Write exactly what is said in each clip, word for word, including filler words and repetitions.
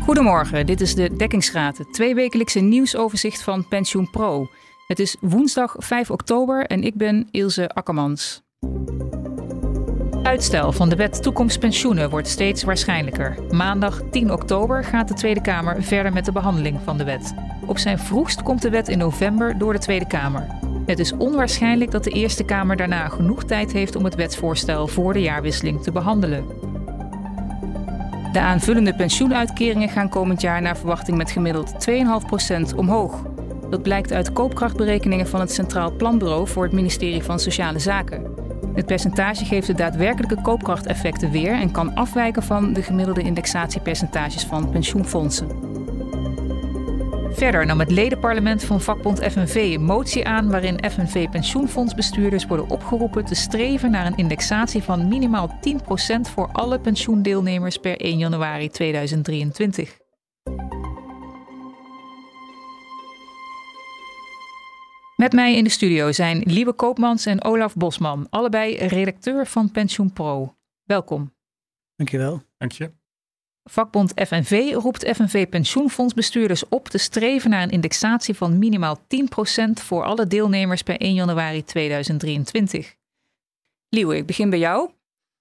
Goedemorgen, dit is de Dekkingsgraad, het tweewekelijkse nieuwsoverzicht van PensioenPro. Het is woensdag vijf oktober en ik ben Ilse Akkermans. Uitstel van de wet toekomstpensioenen wordt steeds waarschijnlijker. Maandag tien oktober gaat de Tweede Kamer verder met de behandeling van de wet. Op zijn vroegst komt de wet in november door de Tweede Kamer. Het is onwaarschijnlijk dat de Eerste Kamer daarna genoeg tijd heeft om het wetsvoorstel voor de jaarwisseling te behandelen. De aanvullende pensioenuitkeringen gaan komend jaar naar verwachting met gemiddeld twee komma vijf procent omhoog. Dat blijkt uit koopkrachtberekeningen van het Centraal Planbureau voor het ministerie van Sociale Zaken. Het percentage geeft de daadwerkelijke koopkrachteffecten weer en kan afwijken van de gemiddelde indexatiepercentages van pensioenfondsen. Verder nam het ledenparlement van vakbond F N V een motie aan waarin F N V-pensioenfondsbestuurders worden opgeroepen te streven naar een indexatie van minimaal tien procent voor alle pensioendeelnemers per één januari tweeduizend drieëntwintig. Met mij in de studio zijn Lieve Koopmans en Olaf Bosman, allebei redacteur van PensioenPro. Welkom. Dankjewel. Dank je. Vakbond F N V roept F N V-pensioenfondsbestuurders op te streven naar een indexatie van minimaal tien procent voor alle deelnemers per één januari tweeduizend drieëntwintig. Lieve, ik begin bij jou.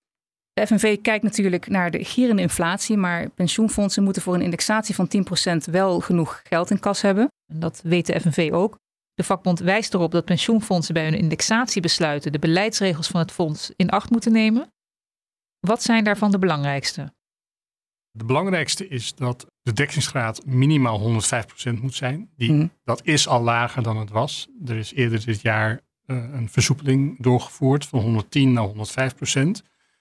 De F N V kijkt natuurlijk naar de gierende inflatie, maar pensioenfondsen moeten voor een indexatie van tien procent wel genoeg geld in kas hebben. En dat weet de F N V ook. De vakbond wijst erop dat pensioenfondsen bij hun indexatiebesluiten de beleidsregels van het fonds in acht moeten nemen. Wat zijn daarvan de belangrijkste? De belangrijkste is dat de dekkingsgraad minimaal honderdvijf procent moet zijn. Die, mm. Dat is al lager dan het was. Er is eerder dit jaar uh, een versoepeling doorgevoerd van honderdtien naar honderdvijf procent.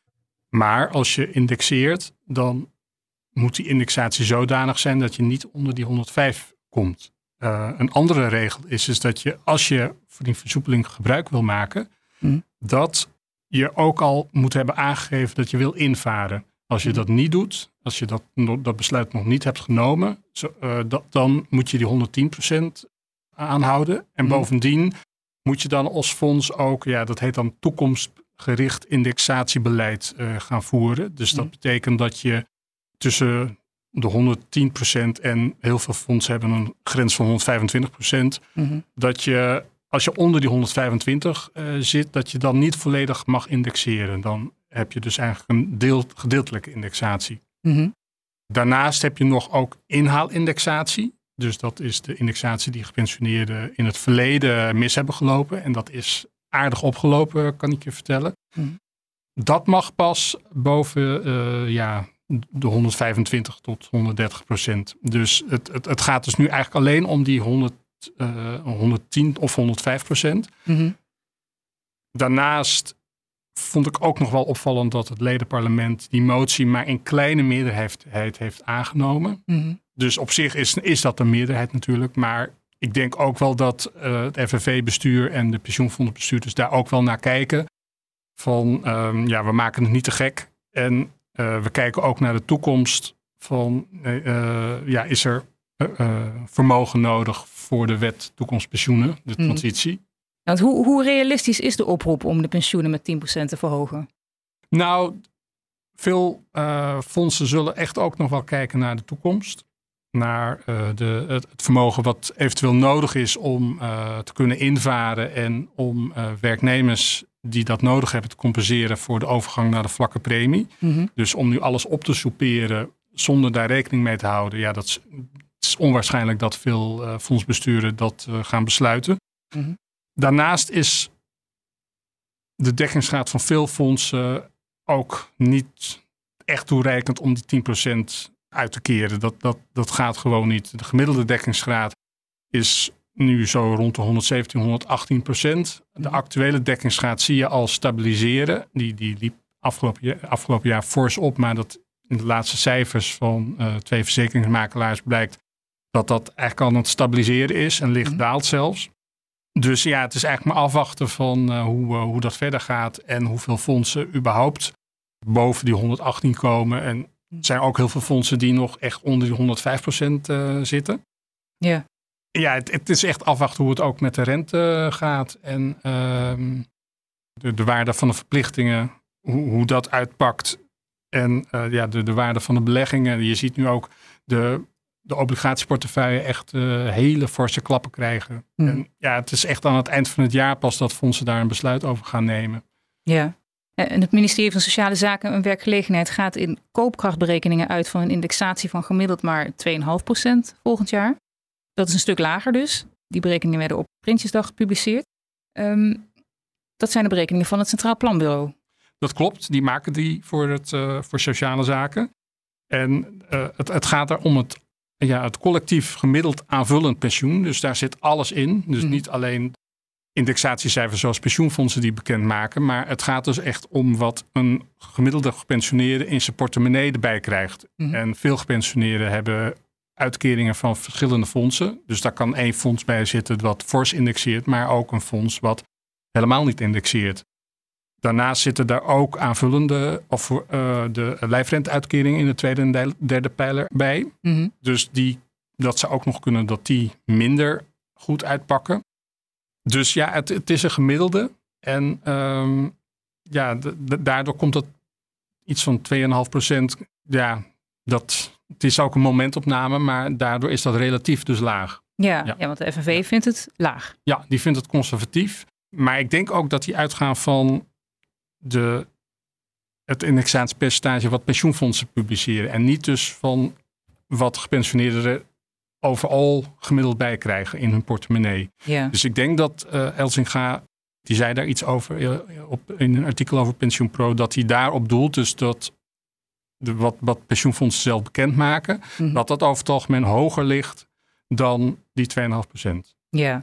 Maar als je indexeert, dan moet die indexatie zodanig zijn dat je niet onder die honderdvijf komt. Uh, een andere regel is, is dat je, als je voor die versoepeling gebruik wil maken, mm. dat je ook al moet hebben aangegeven dat je wil invaren. Als je dat niet doet, als je dat, dat besluit nog niet hebt genomen, zo, uh, dat, dan moet je die honderdtien procent aanhouden. En mm. bovendien moet je dan als fonds ook, ja, dat heet dan toekomstgericht indexatiebeleid uh, gaan voeren. Dus dat mm. betekent dat je tussen de honderdtien procent en heel veel fondsen hebben een grens van honderdvijfentwintig procent. Mm-hmm. Dat je, als je onder die honderdvijfentwintig uh, zit, dat je dan niet volledig mag indexeren. Dan heb je dus eigenlijk een deel, gedeeltelijke indexatie. Mm-hmm. Daarnaast heb je nog ook inhaalindexatie. Dus dat is de indexatie die gepensioneerden in het verleden mis hebben gelopen. En dat is aardig opgelopen, kan ik je vertellen. Mm-hmm. Dat mag pas boven uh, ja, de honderdvijfentwintig tot honderddertig procent. Dus het, het, het gaat dus nu eigenlijk alleen om die honderd, uh, honderdtien of honderdvijf procent. Mm-hmm. Daarnaast vond ik ook nog wel opvallend dat het ledenparlement die motie maar in kleine meerderheid heeft aangenomen. Mm-hmm. Dus op zich is, is dat een meerderheid natuurlijk. Maar ik denk ook wel dat uh, het F N V-bestuur en de pensioenfondsbestuurders daar ook wel naar kijken. Van um, ja, we maken het niet te gek. En uh, we kijken ook naar de toekomst van uh, ja, is er uh, uh, vermogen nodig voor de wet toekomstpensioenen, de transitie. Mm. Want hoe, hoe realistisch is de oproep om de pensioenen met tien procent te verhogen? Nou, veel uh, fondsen zullen echt ook nog wel kijken naar de toekomst. Naar uh, de, het, het vermogen wat eventueel nodig is om uh, te kunnen invaren. En om uh, werknemers die dat nodig hebben te compenseren voor de overgang naar de vlakke premie. Mm-hmm. Dus om nu alles op te soeperen zonder daar rekening mee te houden. Ja, dat is, het is onwaarschijnlijk dat veel uh, fondsbesturen dat uh, gaan besluiten. Mm-hmm. Daarnaast is de dekkingsgraad van veel fondsen ook niet echt toereikend om die tien procent uit te keren. Dat, dat, dat gaat gewoon niet. De gemiddelde dekkingsgraad is nu zo rond de honderdzeventien, honderdachttien procent. De actuele dekkingsgraad zie je al stabiliseren. Die, die liep afgelopen, afgelopen jaar fors op, maar dat in de laatste cijfers van uh, twee verzekeringsmakelaars blijkt dat dat eigenlijk al aan het stabiliseren is en licht daalt zelfs. Dus ja, het is eigenlijk maar afwachten van uh, hoe, uh, hoe dat verder gaat en hoeveel fondsen überhaupt boven die honderdachttien komen. En er zijn ook heel veel fondsen die nog echt onder die honderdvijf procent uh, zitten. Ja. Ja, het, het is echt afwachten hoe het ook met de rente gaat en uh, de, de waarde van de verplichtingen, hoe, hoe dat uitpakt. En uh, ja, de, de waarde van de beleggingen. Je ziet nu ook de, de obligatieportefeuille echt uh, hele forse klappen krijgen. Mm. En ja, het is echt aan het eind van het jaar pas dat fondsen daar een besluit over gaan nemen. Ja. En het ministerie van Sociale Zaken en Werkgelegenheid gaat in koopkrachtberekeningen uit van een indexatie van gemiddeld maar twee komma vijf procent volgend jaar. Dat is een stuk lager dus. Die berekeningen werden op Prinsjesdag gepubliceerd. Um, dat zijn de berekeningen van het Centraal Planbureau. Dat klopt, die maken die voor, het, uh, voor sociale zaken. En uh, het, het gaat er om het, ja, het collectief gemiddeld aanvullend pensioen. Dus daar zit alles in. Dus mm. niet alleen indexatiecijfers zoals pensioenfondsen die bekend maken. Maar het gaat dus echt om wat een gemiddelde gepensioneerde in zijn portemonnee erbij krijgt. Mm. En veel gepensioneerden hebben uitkeringen van verschillende fondsen. Dus daar kan één fonds bij zitten wat fors indexeert. Maar ook een fonds wat helemaal niet indexeert. Daarnaast zitten daar ook aanvullende of uh, de lijfrenteuitkeringen in de tweede en derde pijler bij. Mm-hmm. Dus die, dat zou ook nog kunnen dat die minder goed uitpakken. Dus ja, het, het is een gemiddelde. En um, ja, de, de, daardoor komt dat iets van twee komma vijf procent. Ja, dat, het is ook een momentopname, maar daardoor is dat relatief dus laag. Ja, ja. ja want de F N V ja. vindt het laag. Ja, die vindt het conservatief. Maar ik denk ook dat die uitgaan van de, het indexatiepercentage wat pensioenfondsen publiceren. En niet dus van wat gepensioneerden er overal gemiddeld bij krijgen in hun portemonnee. Ja. Dus ik denk dat uh, Elzinga, die zei daar iets over uh, op, in een artikel over PensioenPro, dat hij daarop doelt. Dus dat de, wat, wat pensioenfondsen zelf bekendmaken, mm-hmm. dat dat over het algemeen hoger ligt dan die twee komma vijf procent. Ja.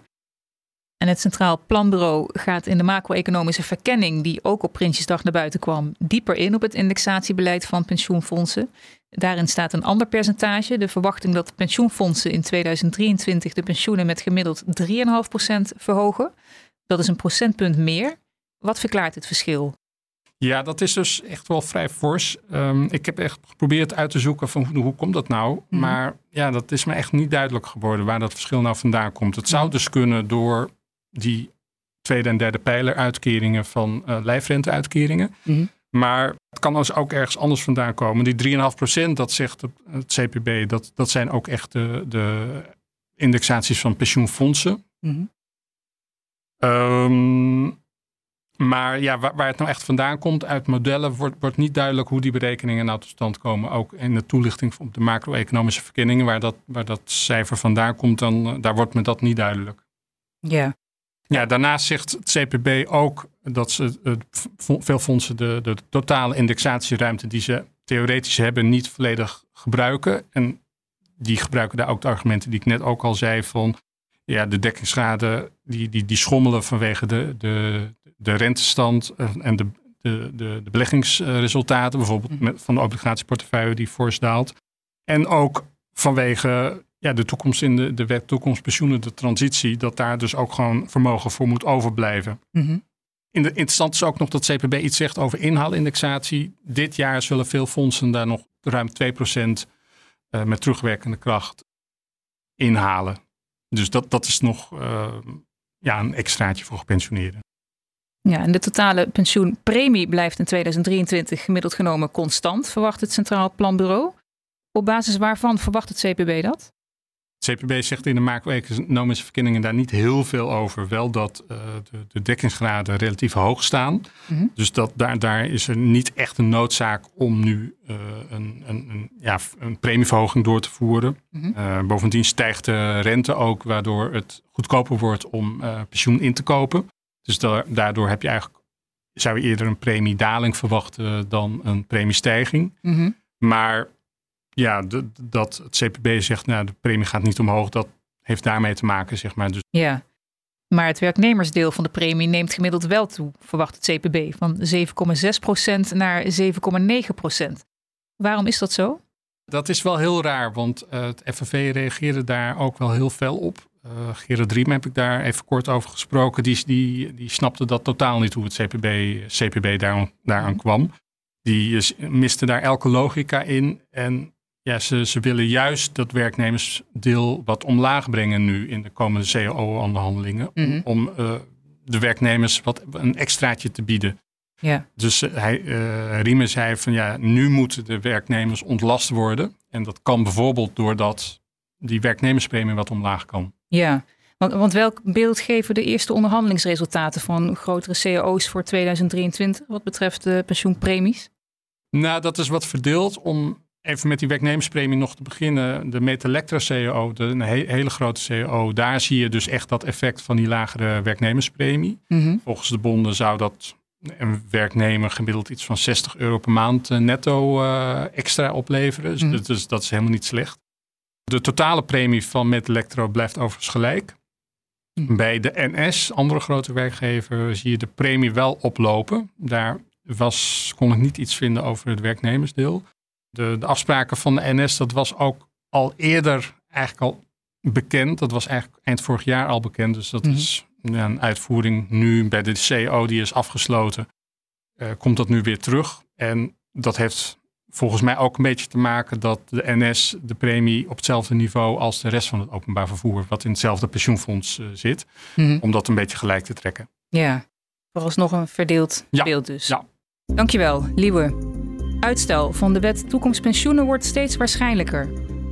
En het Centraal Planbureau gaat in de macro-economische verkenning, die ook op Prinsjesdag naar buiten kwam, dieper in op het indexatiebeleid van pensioenfondsen. Daarin staat een ander percentage. De verwachting dat pensioenfondsen in tweeduizend drieëntwintig de pensioenen met gemiddeld drie komma vijf procent verhogen. Dat is een procentpunt meer. Wat verklaart het verschil? Ja, dat is dus echt wel vrij fors. Um, ik heb echt geprobeerd uit te zoeken van hoe, hoe komt dat nou. Mm. Maar ja, dat is me echt niet duidelijk geworden waar dat verschil nou vandaan komt. Het zou dus kunnen door die tweede en derde pijler uitkeringen van uh, lijfrenteuitkeringen. Mm-hmm. Maar het kan dus ook ergens anders vandaan komen. Die drie komma vijf procent, dat zegt het, het C P B, dat, dat zijn ook echt de, de indexaties van pensioenfondsen. Mm-hmm. Um, maar ja, waar, waar het nou echt vandaan komt uit modellen, wordt, wordt niet duidelijk hoe die berekeningen nou tot stand komen. Ook in de toelichting op de macro-economische verkenningen, waar dat, waar dat cijfer vandaan komt, dan, daar wordt me dat niet duidelijk. Ja. Ja, daarnaast zegt het C P B ook dat ze uh, veel fondsen de, de totale indexatieruimte die ze theoretisch hebben niet volledig gebruiken. En die gebruiken daar ook de argumenten die ik net ook al zei van ja, de dekkingsgraden die, die, die schommelen vanwege de, de, de rentestand en de, de, de, de beleggingsresultaten, bijvoorbeeld met, van de obligatieportefeuille die fors daalt. En ook vanwege ja, de toekomst in de, de wet toekomstpensioenen, de transitie, dat daar dus ook gewoon vermogen voor moet overblijven. Mm-hmm. In de, interessant is ook nog dat C P B iets zegt over inhaalindexatie. Dit jaar zullen veel fondsen daar nog ruim twee procent uh, met terugwerkende kracht inhalen. Dus dat, dat is nog uh, ja, een extraatje voor gepensioneerden. Ja, en de totale pensioenpremie blijft in tweeduizend drieëntwintig gemiddeld genomen constant, verwacht het Centraal Planbureau. Op basis waarvan verwacht het C P B dat? Het C P B zegt in de macro-economische verkenningen daar niet heel veel over. Wel dat uh, de, de dekkingsgraden relatief hoog staan. Mm-hmm. Dus dat, daar, daar is er niet echt een noodzaak om nu uh, een, een, een, ja, een premieverhoging door te voeren. Mm-hmm. Uh, bovendien stijgt de rente ook, waardoor het goedkoper wordt om uh, pensioen in te kopen. Dus da- daardoor heb je eigenlijk, zou je eerder een premiedaling verwachten dan een premiestijging. Mm-hmm. Maar ja, de, dat het C P B zegt, nou, de premie gaat niet omhoog, dat heeft daarmee te maken, zeg maar. Dus ja, maar het werknemersdeel van de premie neemt gemiddeld wel toe, verwacht het C P B, van zeven komma zes procent naar zeven komma negen procent. Waarom is dat zo? Dat is wel heel raar, want uh, het F N V reageerde daar ook wel heel fel op. Uh, Gerard Riem heb ik daar even kort over gesproken. Die, die, die snapte dat totaal niet hoe het C P B, C P B daar, daaraan kwam. Die is, miste daar elke logica in. En ja, ze, ze willen juist dat werknemersdeel wat omlaag brengen nu in de komende C A O-onderhandelingen. Mm-hmm. Om uh, de werknemers wat een extraatje te bieden. Ja. Dus hij, uh, Riemen zei van ja, nu moeten de werknemers ontlast worden. En dat kan bijvoorbeeld doordat die werknemerspremie wat omlaag kan. Ja, want, want welk beeld geven de eerste onderhandelingsresultaten van grotere C A O's voor tweeduizend drieëntwintig wat betreft de pensioenpremies? Nou, dat is wat verdeeld. Om even met die werknemerspremie nog te beginnen. De Metelectra C A O, de, een he- hele grote C A O, daar zie je dus echt dat effect van die lagere werknemerspremie. Mm-hmm. Volgens de bonden zou dat een werknemer gemiddeld iets van zestig euro per maand netto uh, extra opleveren. Dus, mm-hmm. dus dat is helemaal niet slecht. De totale premie van Metelectra blijft overigens gelijk. Mm. Bij de N S, andere grote werkgever, zie je de premie wel oplopen. Daar was, kon ik niet iets vinden over het werknemersdeel. De, de afspraken van de N S, dat was ook al eerder eigenlijk al bekend. Dat was eigenlijk eind vorig jaar al bekend. Dus dat mm. is ja, een uitvoering nu bij de C A O, die is afgesloten. Uh, komt dat nu weer terug. En dat heeft volgens mij ook een beetje te maken dat de N S de premie op hetzelfde niveau als de rest van het openbaar vervoer, wat in hetzelfde pensioenfonds uh, zit, mm-hmm. om dat een beetje gelijk te trekken. Ja, vooralsnog een verdeeld ja. beeld dus. Ja. Dankjewel, Liewe. Uitstel van de wet toekomstpensioenen wordt steeds waarschijnlijker.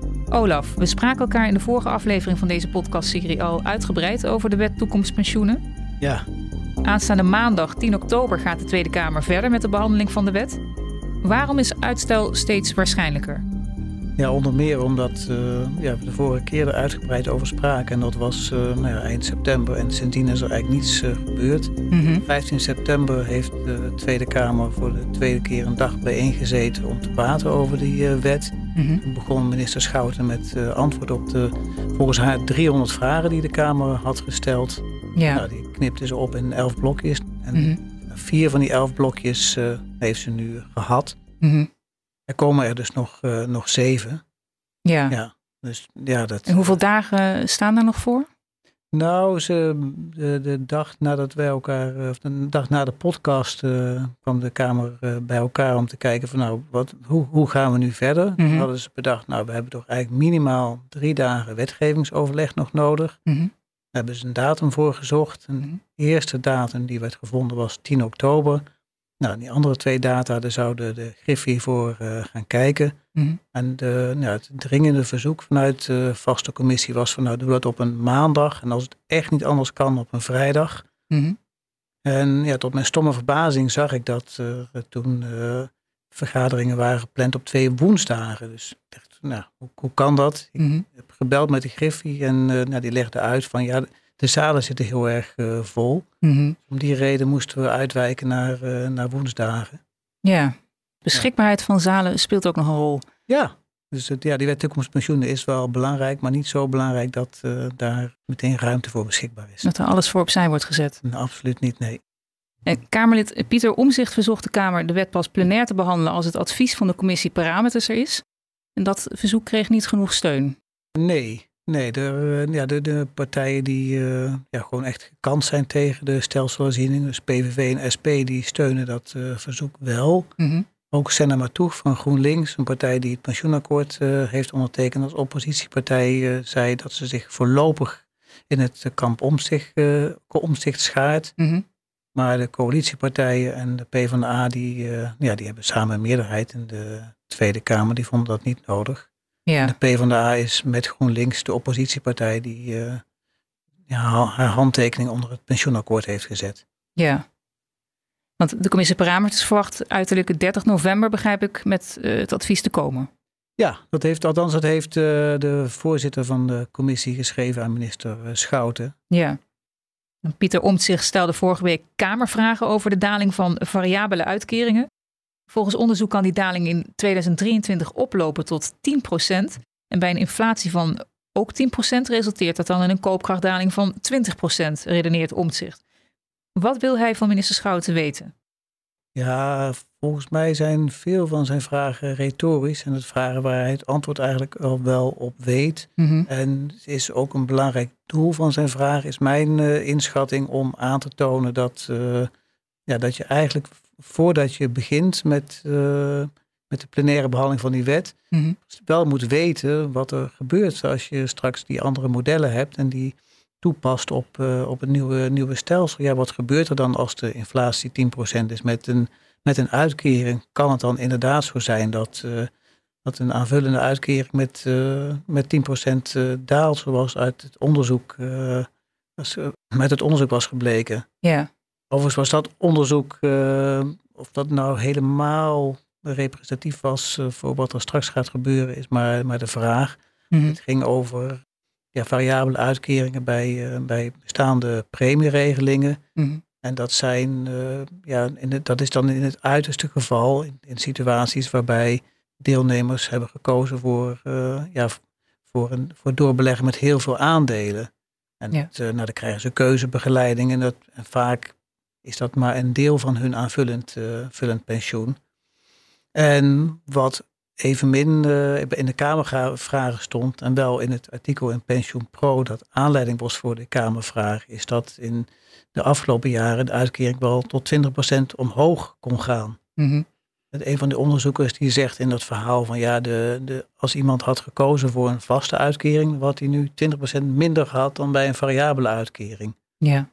Olaf, we spraken elkaar in de vorige aflevering van deze podcastserie al uitgebreid over de wet toekomstpensioenen. Ja. Aanstaande maandag tien oktober gaat de Tweede Kamer verder met de behandeling van de wet. Waarom is uitstel steeds waarschijnlijker? Ja, onder meer omdat uh, ja, we de vorige keer er uitgebreid over spraken. En dat was uh, nou ja, eind september. En sindsdien is er eigenlijk niets uh, gebeurd. Mm-hmm. vijftien september heeft de Tweede Kamer voor de tweede keer een dag bijeengezeten om te praten over die uh, wet. Mm-hmm. Toen begon minister Schouten met uh, antwoord op de volgens haar driehonderd vragen die de Kamer had gesteld. Ja. Nou, die knipte ze op in elf blokjes. En mm-hmm. vier van die elf blokjes uh, heeft ze nu gehad. Mm-hmm. Er komen er dus nog, uh, nog zeven. Ja. ja, dus, ja dat, en hoeveel dagen staan daar nog voor? Nou, ze, de, de dag nadat wij elkaar, of de dag na de podcast uh, kwam de Kamer uh, bij elkaar om te kijken van nou, wat, hoe, hoe gaan we nu verder? Mm-hmm. Toen hadden ze bedacht, nou, we hebben toch eigenlijk minimaal drie dagen wetgevingsoverleg nog nodig. Mm-hmm. Daar hebben ze een datum voor gezocht. En mm-hmm. De eerste datum die werd gevonden was tien oktober. Nou, die andere twee data, daar zouden de Griffie voor uh, gaan kijken. Mm-hmm. En de, nou, het dringende verzoek vanuit de vaste commissie was van nou, doe dat op een maandag. En als het echt niet anders kan, op een vrijdag. Mm-hmm. En ja, tot mijn stomme verbazing zag ik dat uh, toen uh, vergaderingen waren gepland op twee woensdagen. Dus ik dacht, nou, hoe, hoe kan dat? Mm-hmm. Ik heb gebeld met de Griffie en uh, nou, die legde uit van ja, de zalen zitten heel erg uh, vol. Mm-hmm. Om die reden moesten we uitwijken naar, uh, naar woensdagen. Ja, beschikbaarheid ja. van zalen speelt ook nog een rol. Ja, dus het, ja, die wet toekomstpensioenen is wel belangrijk, maar niet zo belangrijk dat uh, daar meteen ruimte voor beschikbaar is. Dat er alles voor opzij wordt gezet. Nou, absoluut niet, nee. En Kamerlid Pieter Omtzigt verzocht de Kamer de wet pas plenair te behandelen als het advies van de commissie parameters er is. En dat verzoek kreeg niet genoeg steun. Nee. Nee, de, ja, de, de partijen die uh, ja, gewoon echt gekant zijn tegen de stelselherziening, dus P V V en S P, die steunen dat uh, verzoek wel. Mm-hmm. Ook Senna Matoeg van GroenLinks, een partij die het pensioenakkoord uh, heeft ondertekend als oppositiepartij, uh, zei dat ze zich voorlopig in het uh, kamp Omtzigt, uh, Omtzigt schaart. Mm-hmm. Maar de coalitiepartijen en de PvdA, die, uh, ja, die hebben samen een meerderheid in de Tweede Kamer, die vonden dat niet nodig. Ja. De PvdA is met GroenLinks de oppositiepartij die uh, ja, haar handtekening onder het pensioenakkoord heeft gezet. Ja, want de commissie parameters verwacht uiterlijk dertig november, begrijp ik, met uh, het advies te komen. Ja, dat heeft, althans dat heeft uh, de voorzitter van de commissie geschreven aan minister Schouten. Ja. Pieter Omtzigt stelde vorige week Kamervragen over de daling van variabele uitkeringen. Volgens onderzoek kan die daling in tweeduizend drieëntwintig oplopen tot tien procent. En bij een inflatie van ook tien procent resulteert dat dan in een koopkrachtdaling van twintig procent, redeneert Omtzigt. Wat wil hij van minister Schouten weten? Ja, volgens mij zijn veel van zijn vragen retorisch. En het vragen waar hij het antwoord eigenlijk al wel op weet. Mm-hmm. En het is ook een belangrijk doel van zijn vraag, is mijn uh, inschatting om aan te tonen dat, uh, ja, dat je eigenlijk voordat je begint met, uh, met de plenaire behandeling van die wet, mm-hmm. wel moet weten wat er gebeurt als je straks die andere modellen hebt. En die toepast op, uh, op het nieuwe, nieuwe stelsel. Ja, wat gebeurt er dan als de inflatie tien procent is? Met een, met een uitkering kan het dan inderdaad zo zijn dat, uh, dat een aanvullende uitkering met, uh, met tien procent uh, daalt, zoals uit het onderzoek, uh, was, uh, met het onderzoek was gebleken. Ja. Overigens was dat onderzoek, uh, of dat nou helemaal representatief was uh, voor wat er straks gaat gebeuren, is maar, maar de vraag. Mm-hmm. Het ging over ja, variabele uitkeringen bij, uh, bij bestaande premieregelingen. Mm-hmm. En dat zijn, uh, ja, in het, dat is dan in het uiterste geval in, in situaties waarbij deelnemers hebben gekozen voor, uh, ja, voor, een, voor doorbeleggen met heel veel aandelen. En ja. het, uh, nou, dan krijgen ze keuzebegeleiding en, dat, en vaak is dat maar een deel van hun aanvullend uh, vullend pensioen. En wat evenmin uh, in de Kamervragen stond en wel in het artikel in Pensioen Pro dat aanleiding was voor de Kamervraag, is dat in de afgelopen jaren de uitkering wel tot twintig procent omhoog kon gaan. Mm-hmm. Een van de onderzoekers die zegt in dat verhaal van ja, de, de, als iemand had gekozen voor een vaste uitkering, had hij nu twintig procent minder gehad dan bij een variabele uitkering. Ja.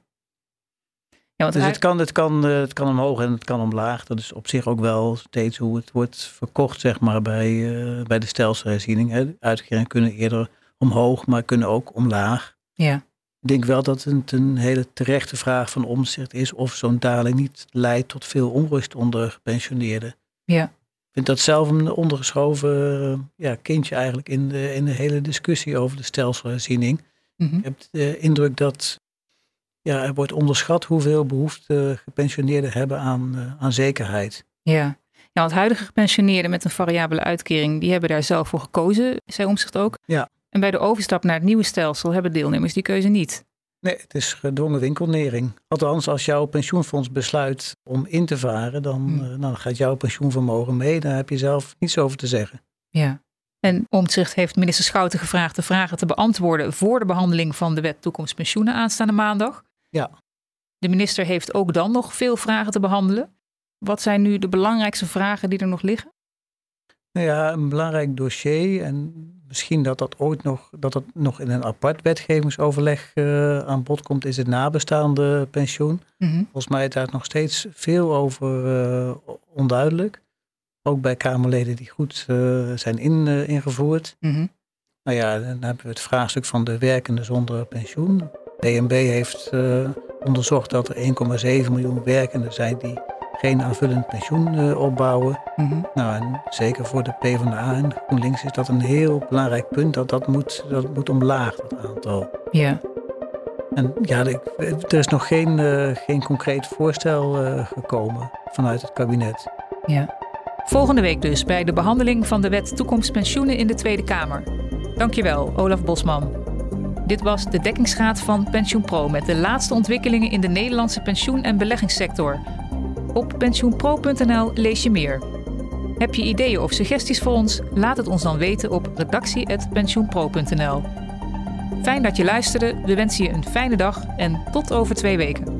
Ja, want dus hij... het, kan, het, kan, het kan omhoog en het kan omlaag. Dat is op zich ook wel steeds hoe het wordt verkocht, zeg maar, bij, uh, bij de stelselherziening. Hè. De uitkeringen kunnen eerder omhoog, maar kunnen ook omlaag. Ja. Ik denk wel dat het een hele terechte vraag van Omtzigt is of zo'n daling niet leidt tot veel onrust onder gepensioneerden. Ja. Ik vind dat zelf een ondergeschoven uh, ja, kindje eigenlijk in de, in de hele discussie over de stelselherziening. Mm-hmm. Ik heb de indruk dat ja, er wordt onderschat hoeveel behoefte gepensioneerden hebben aan, uh, aan zekerheid. Ja. ja, want huidige gepensioneerden met een variabele uitkering, die hebben daar zelf voor gekozen, zei Omtzigt ook. Ja. En bij de overstap naar het nieuwe stelsel hebben deelnemers die keuze niet. Nee, het is gedwongen winkelnering. Althans, als jouw pensioenfonds besluit om in te varen, dan, hmm. uh, dan gaat jouw pensioenvermogen mee. Daar heb je zelf niets over te zeggen. Ja. En Omtzigt heeft minister Schouten gevraagd de vragen te beantwoorden voor de behandeling van de wet toekomst pensioenen aanstaande maandag. Ja. De minister heeft ook dan nog veel vragen te behandelen. Wat zijn nu de belangrijkste vragen die er nog liggen? Nou ja, een belangrijk dossier en misschien dat dat ooit nog, dat dat nog in een apart wetgevingsoverleg uh, aan bod komt, is het nabestaande pensioen. Mm-hmm. Volgens mij is daar nog steeds veel over uh, onduidelijk. Ook bij Kamerleden die goed uh, zijn in, uh, ingevoerd. Mm-hmm. Nou ja, dan hebben we het vraagstuk van de werkenden zonder pensioen. D N B heeft uh, onderzocht dat er één komma zeven miljoen werkenden zijn die geen aanvullend pensioen uh, opbouwen. Mm-hmm. Nou, en zeker voor de PvdA en GroenLinks is dat een heel belangrijk punt. Dat dat moet, dat moet omlaag, dat aantal. Ja. En ja, er is nog geen, uh, geen concreet voorstel uh, gekomen vanuit het kabinet. Ja. Volgende week dus bij de behandeling van de wet toekomst pensioenen in de Tweede Kamer. Dankjewel, Olaf Bosman. Dit was de dekkingsgraad van Pensioen Pro met de laatste ontwikkelingen in de Nederlandse pensioen- en beleggingssector. Op pensioenpro punt n l lees je meer. Heb je ideeën of suggesties voor ons? Laat het ons dan weten op redactie punt pensioenpro punt n l. Fijn dat je luisterde, we wensen je een fijne dag en tot over twee weken.